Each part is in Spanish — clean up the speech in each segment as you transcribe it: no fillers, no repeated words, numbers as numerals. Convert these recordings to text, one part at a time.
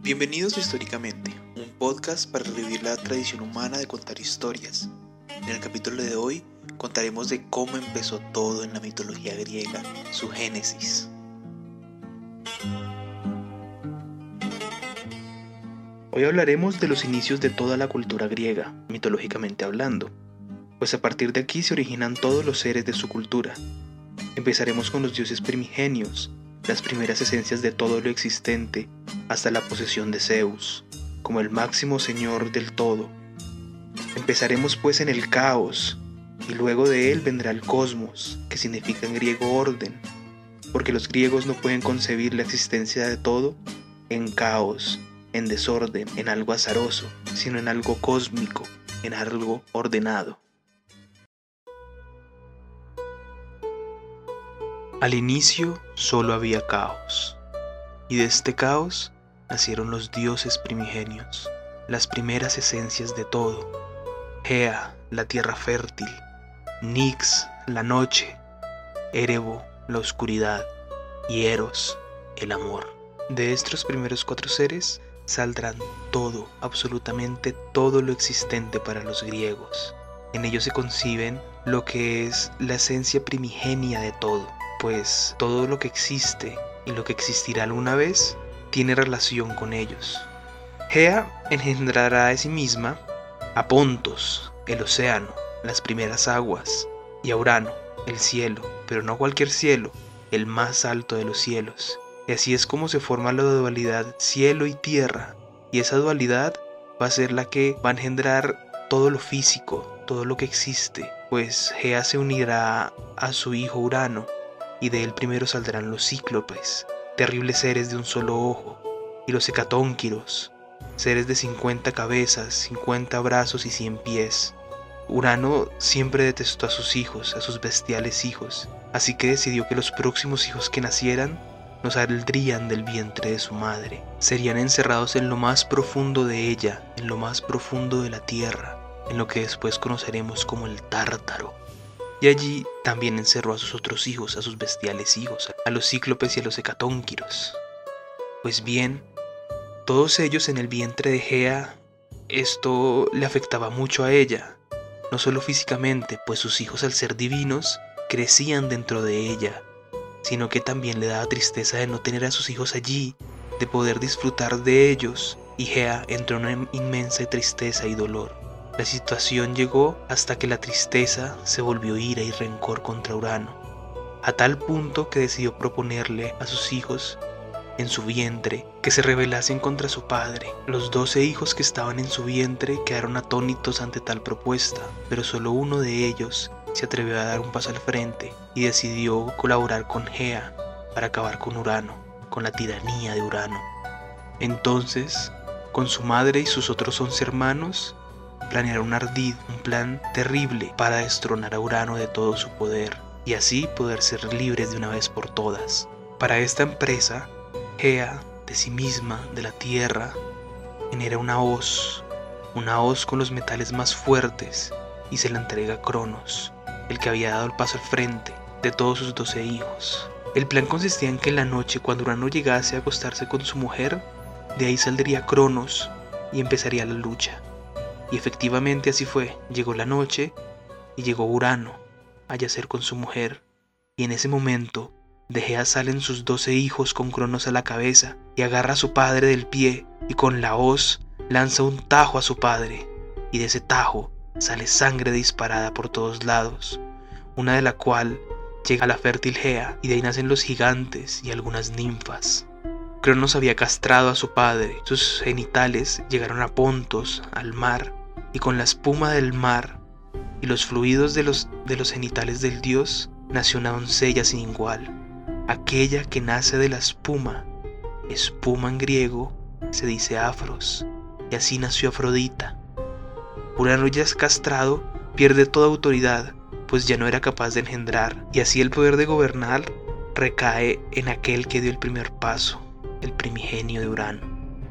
Bienvenidos a Históricamente, un podcast para revivir la tradición humana de contar historias. En el capítulo de hoy contaremos de cómo empezó todo en la mitología griega, su génesis. Hoy hablaremos de los inicios de toda la cultura griega, mitológicamente hablando, pues a partir de aquí se originan todos los seres de su cultura. Empezaremos con los dioses primigenios, las primeras esencias de todo lo existente, hasta la posesión de Zeus, como el máximo señor del todo. Empezaremos pues en el caos, y luego de él vendrá el cosmos, que significa en griego orden, porque los griegos no pueden concebir la existencia de todo en caos, en desorden, en algo azaroso, sino en algo cósmico, en algo ordenado. Al inicio solo había caos, y de este caos nacieron los dioses primigenios, las primeras esencias de todo: Gea, la tierra fértil; Nix, la noche; Erebo, la oscuridad; y Eros, el amor. De estos primeros 4 seres saldrán todo, absolutamente todo lo existente para los griegos. En ellos se conciben lo que es la esencia primigenia de todo, pues todo lo que existe y lo que existirá alguna vez tiene relación con ellos. Gea engendrará de sí misma a Pontos, el océano, las primeras aguas, y a Urano, el cielo, pero no cualquier cielo, el más alto de los cielos. Y así es como se forma la dualidad cielo y tierra, y esa dualidad va a ser la que va a engendrar todo lo físico, todo lo que existe, pues Gea se unirá a su hijo Urano, y de él primero saldrán los cíclopes, terribles seres de un solo ojo, y los hecatónquiros, seres de 50 cabezas, 50 brazos y 100 pies. Urano siempre detestó a sus hijos, a sus bestiales hijos, así que decidió que los próximos hijos que nacieran no saldrían del vientre de su madre, serían encerrados en lo más profundo de ella, en lo más profundo de la tierra, en lo que después conoceremos como el Tártaro. Y allí también encerró a sus otros hijos, a sus bestiales hijos, a los cíclopes y a los hecatónquiros. Pues bien, todos ellos en el vientre de Gea, esto le afectaba mucho a ella, no solo físicamente, pues sus hijos, al ser divinos, crecían dentro de ella, sino que también le daba tristeza de no tener a sus hijos allí, de poder disfrutar de ellos, y Gea entró en una inmensa tristeza y dolor. La situación llegó hasta que la tristeza se volvió ira y rencor contra Urano, a tal punto que decidió proponerle a sus hijos en su vientre que se rebelasen contra su padre. Los 12 hijos que estaban en su vientre quedaron atónitos ante tal propuesta, pero solo uno de ellos se atrevió a dar un paso al frente y decidió colaborar con Gea para acabar con Urano, con la tiranía de Urano. Entonces, con su madre y sus otros 11 hermanos, planearon un ardid, un plan terrible para destronar a Urano de todo su poder y así poder ser libres de una vez por todas. Para esta empresa, Gea, de sí misma, de la tierra, genera una hoz con los metales más fuertes y se la entrega a Cronos, el que había dado el paso al frente de todos sus 12 hijos. El plan consistía en que en la noche, cuando Urano llegase a acostarse con su mujer, de ahí saldría Cronos y empezaría la lucha. Y efectivamente así fue. Llegó la noche y llegó Urano a yacer con su mujer, y en ese momento de Gea salen sus 12 hijos con Cronos a la cabeza y agarra a su padre del pie y con la hoz lanza un tajo a su padre, y de ese tajo sale sangre disparada por todos lados, una de la cual llega a la fértil Gea, y de ahí nacen los gigantes y algunas ninfas. Cronos había castrado a su padre, sus genitales llegaron a Pontos, al mar, y con la espuma del mar y los fluidos de los genitales del dios nació una doncella sin igual, aquella que nace de la espuma. Espuma en griego se dice afros, y así nació Afrodita. Urano, ya castrado, pierde toda autoridad, pues ya no era capaz de engendrar, y así el poder de gobernar recae en aquel que dio el primer paso, el primigenio de Urano,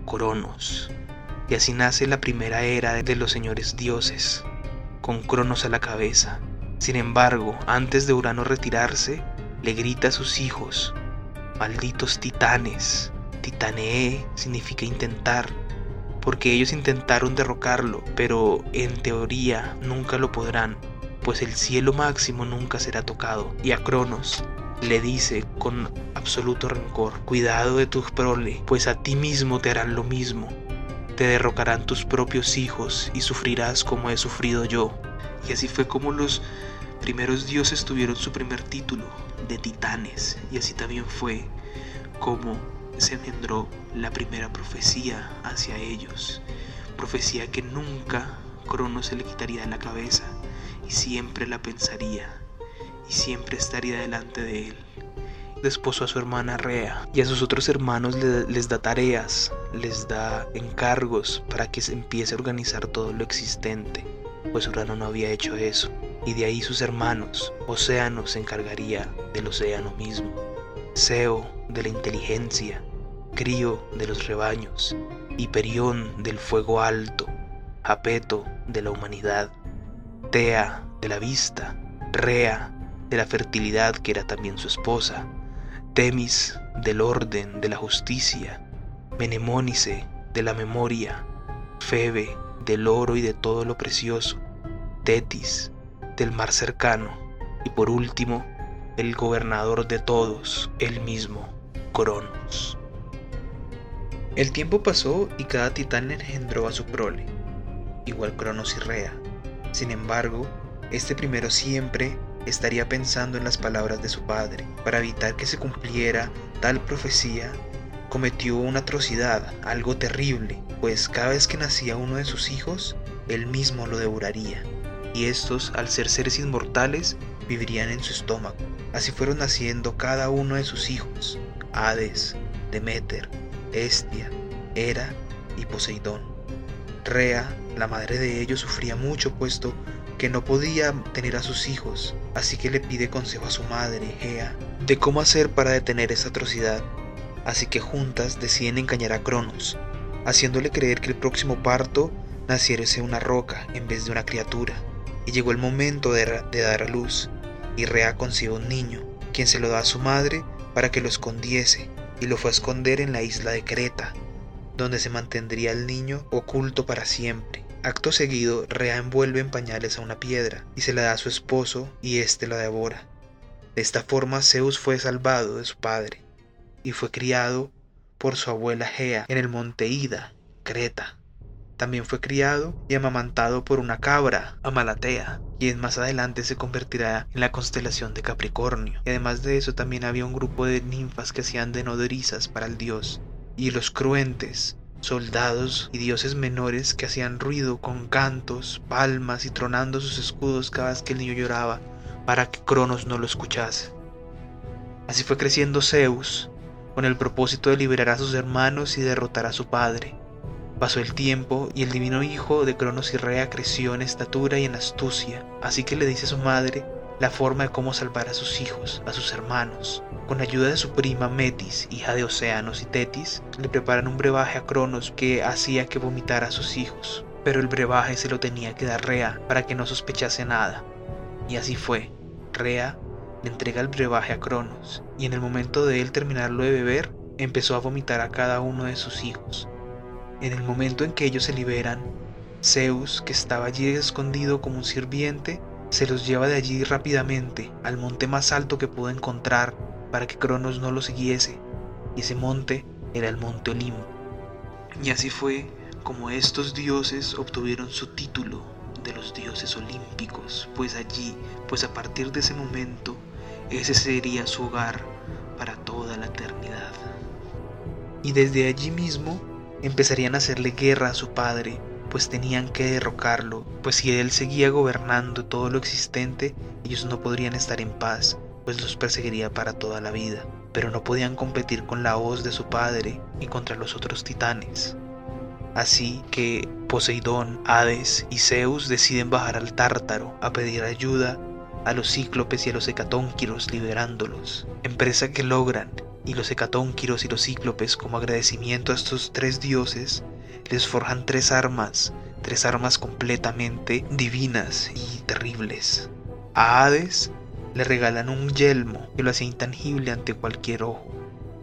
Cronos. Y así nace la primera era de los señores dioses, con Cronos a la cabeza. Sin embargo, antes de Urano retirarse, le grita a sus hijos: malditos titanes, Titanee significa intentar, porque ellos intentaron derrocarlo, pero en teoría nunca lo podrán, pues el cielo máximo nunca será tocado. Y a Cronos le dice con absoluto rencor: cuidado de tu prole, pues a ti mismo te harán lo mismo. Te derrocarán tus propios hijos y sufrirás como he sufrido yo. Y así fue como los primeros dioses tuvieron su primer título de titanes, y así también fue como se engendró la primera profecía hacia ellos, profecía que nunca Cronos se le quitaría de la cabeza y siempre la pensaría y siempre estaría delante de él. Desposó a su hermana Rea y a sus otros hermanos les da tareas, les da encargos para que se empiece a organizar todo lo existente, pues Urano no había hecho eso, y de ahí sus hermanos. Océano se encargaría del océano mismo, Seo de la inteligencia, Crío de los rebaños, Hiperión del fuego alto, Japeto de la humanidad, Tea de la vista, Rea de la fertilidad, que era también su esposa, Temis del orden, de la justicia, Menemónice de la memoria, Febe del oro y de todo lo precioso, Tetis del mar cercano, y por último el gobernador de todos, él mismo, Cronos. El tiempo pasó y cada titán engendró a su prole, igual Cronos y Rea. Sin embargo, este primero siempre estaría pensando en las palabras de su padre. Para evitar que se cumpliera tal profecía, cometió una atrocidad, algo terrible, pues cada vez que nacía uno de sus hijos, él mismo lo devoraría, y estos, al ser seres inmortales, vivirían en su estómago. Así fueron naciendo cada uno de sus hijos: Hades, Deméter, Hestia, Hera y Poseidón. Rea, la madre de ellos, sufría mucho, puesto que no podía tener a sus hijos, así que le pide consejo a su madre, Gea, de cómo hacer para detener esa atrocidad. Así que juntas deciden engañar a Cronos, haciéndole creer que el próximo parto naciese una roca en vez de una criatura. Y llegó el momento de dar a luz, y Rea concibe un niño, quien se lo da a su madre para que lo escondiese, y lo fue a esconder en la isla de Creta, donde se mantendría el niño oculto para siempre. Acto seguido, Rea envuelve en pañales a una piedra y se la da a su esposo, y éste la devora. De esta forma Zeus fue salvado de su padre y fue criado por su abuela Gea en el monte Ida, Creta. También fue criado y amamantado por una cabra, Amalatea, quien más adelante se convertirá en la constelación de Capricornio. Y además de eso, también había un grupo de ninfas que hacían de nodrizas para el dios, y los cruentes, soldados y dioses menores que hacían ruido con cantos, palmas y tronando sus escudos cada vez que el niño lloraba, para que Cronos no lo escuchase. Así fue creciendo Zeus, con el propósito de liberar a sus hermanos y derrotar a su padre. Pasó el tiempo y el divino hijo de Cronos y Rea creció en estatura y en astucia, así que le dice a su madre la forma de cómo salvar a sus hijos, a sus hermanos. Con ayuda de su prima Metis, hija de Océanos y Tetis, le preparan un brebaje a Cronos que hacía que vomitara a sus hijos, pero el brebaje se lo tenía que dar Rea para que no sospechase nada. Y así fue. Rea le entrega el brebaje a Cronos, y en el momento de él terminarlo de beber, empezó a vomitar a cada uno de sus hijos. En el momento en que ellos se liberan, Zeus, que estaba allí escondido como un sirviente, se los lleva de allí rápidamente al monte más alto que pudo encontrar para que Cronos no lo siguiese, y ese monte era el monte Olimpo. Y así fue como estos dioses obtuvieron su título de los dioses olímpicos, pues a partir de ese momento, ese sería su hogar para toda la eternidad. Y desde allí mismo empezarían a hacerle guerra a su padre, pues tenían que derrocarlo, pues si él seguía gobernando todo lo existente, ellos no podrían estar en paz, pues los perseguiría para toda la vida, pero no podían competir con la hoz de su padre y contra los otros titanes. Así que Poseidón, Hades y Zeus deciden bajar al Tártaro a pedir ayuda a los cíclopes y a los hecatónquiros, liberándolos, empresa que logran, y los hecatónquiros y los cíclopes, como agradecimiento a estos tres dioses, les forjan tres armas completamente divinas y terribles. A Hades le regalan un yelmo que lo hacía intangible ante cualquier ojo.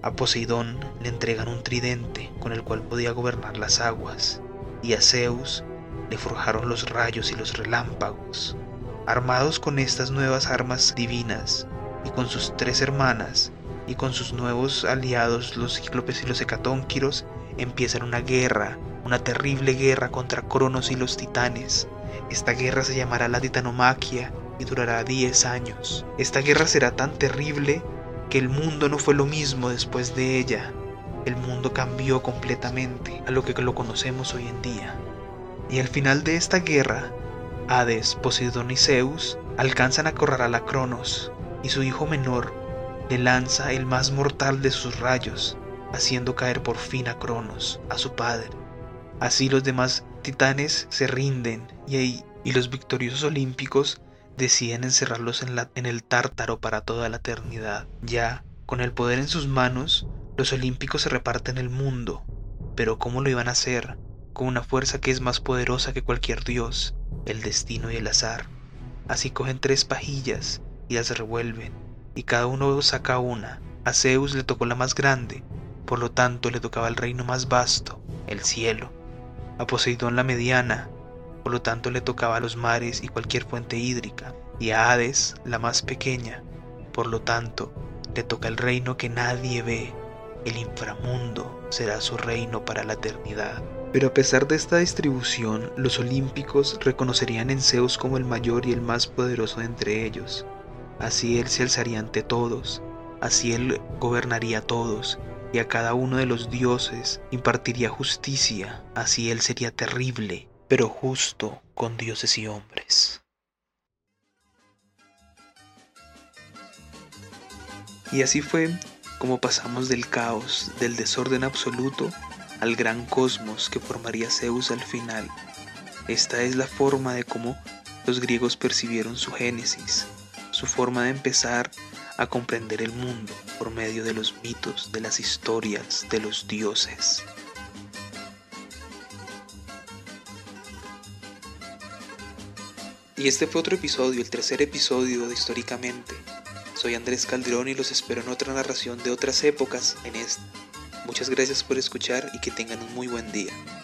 A Poseidón le entregan un tridente con el cual podía gobernar las aguas, y a Zeus le forjaron los rayos y los relámpagos. Armados con estas nuevas armas divinas, y con sus 3 hermanas, y con sus nuevos aliados los cíclopes y los hecatónquiros, empiezan una terrible guerra contra Cronos y los titanes. Esta guerra se llamará la Titanomaquia y durará 10 años. Esta guerra será tan terrible que el mundo no fue lo mismo después de ella. El mundo cambió completamente a lo que lo conocemos hoy en día. Y al final de esta guerra, Hades, Poseidón y Zeus alcanzan a acorralar a Cronos, y su hijo menor le lanza el más mortal de sus rayos, haciendo caer por fin a Cronos, a su padre. Así los demás titanes se rinden y los victoriosos olímpicos deciden encerrarlos en el Tártaro para toda la eternidad. Ya, con el poder en sus manos, los olímpicos se reparten el mundo. Pero ¿cómo lo iban a hacer? Con una fuerza que es más poderosa que cualquier dios, el destino y el azar. Así cogen 3 pajillas y las revuelven, y cada uno saca una. A Zeus le tocó la más grande, por lo tanto le tocaba el reino más vasto, el cielo. A Poseidón la mediana, por lo tanto le tocaba los mares y cualquier fuente hídrica. Y a Hades la más pequeña, por lo tanto le toca el reino que nadie ve. El inframundo será su reino para la eternidad. Pero a pesar de esta distribución, los olímpicos reconocerían en Zeus como el mayor y el más poderoso de entre ellos. Así él se alzaría ante todos, así él gobernaría a todos, y a cada uno de los dioses impartiría justicia, así él sería terrible, pero justo con dioses y hombres. Y así fue como pasamos del caos, del desorden absoluto, al gran cosmos que formaría Zeus al final. Esta es la forma de cómo los griegos percibieron su génesis, su forma de empezar a comprender el mundo por medio de los mitos, de las historias, de los dioses. Y este fue otro episodio, el 3er episodio de Históricamente. Soy Andrés Calderón y los espero en otra narración de otras épocas en esta. Muchas gracias por escuchar y que tengan un muy buen día.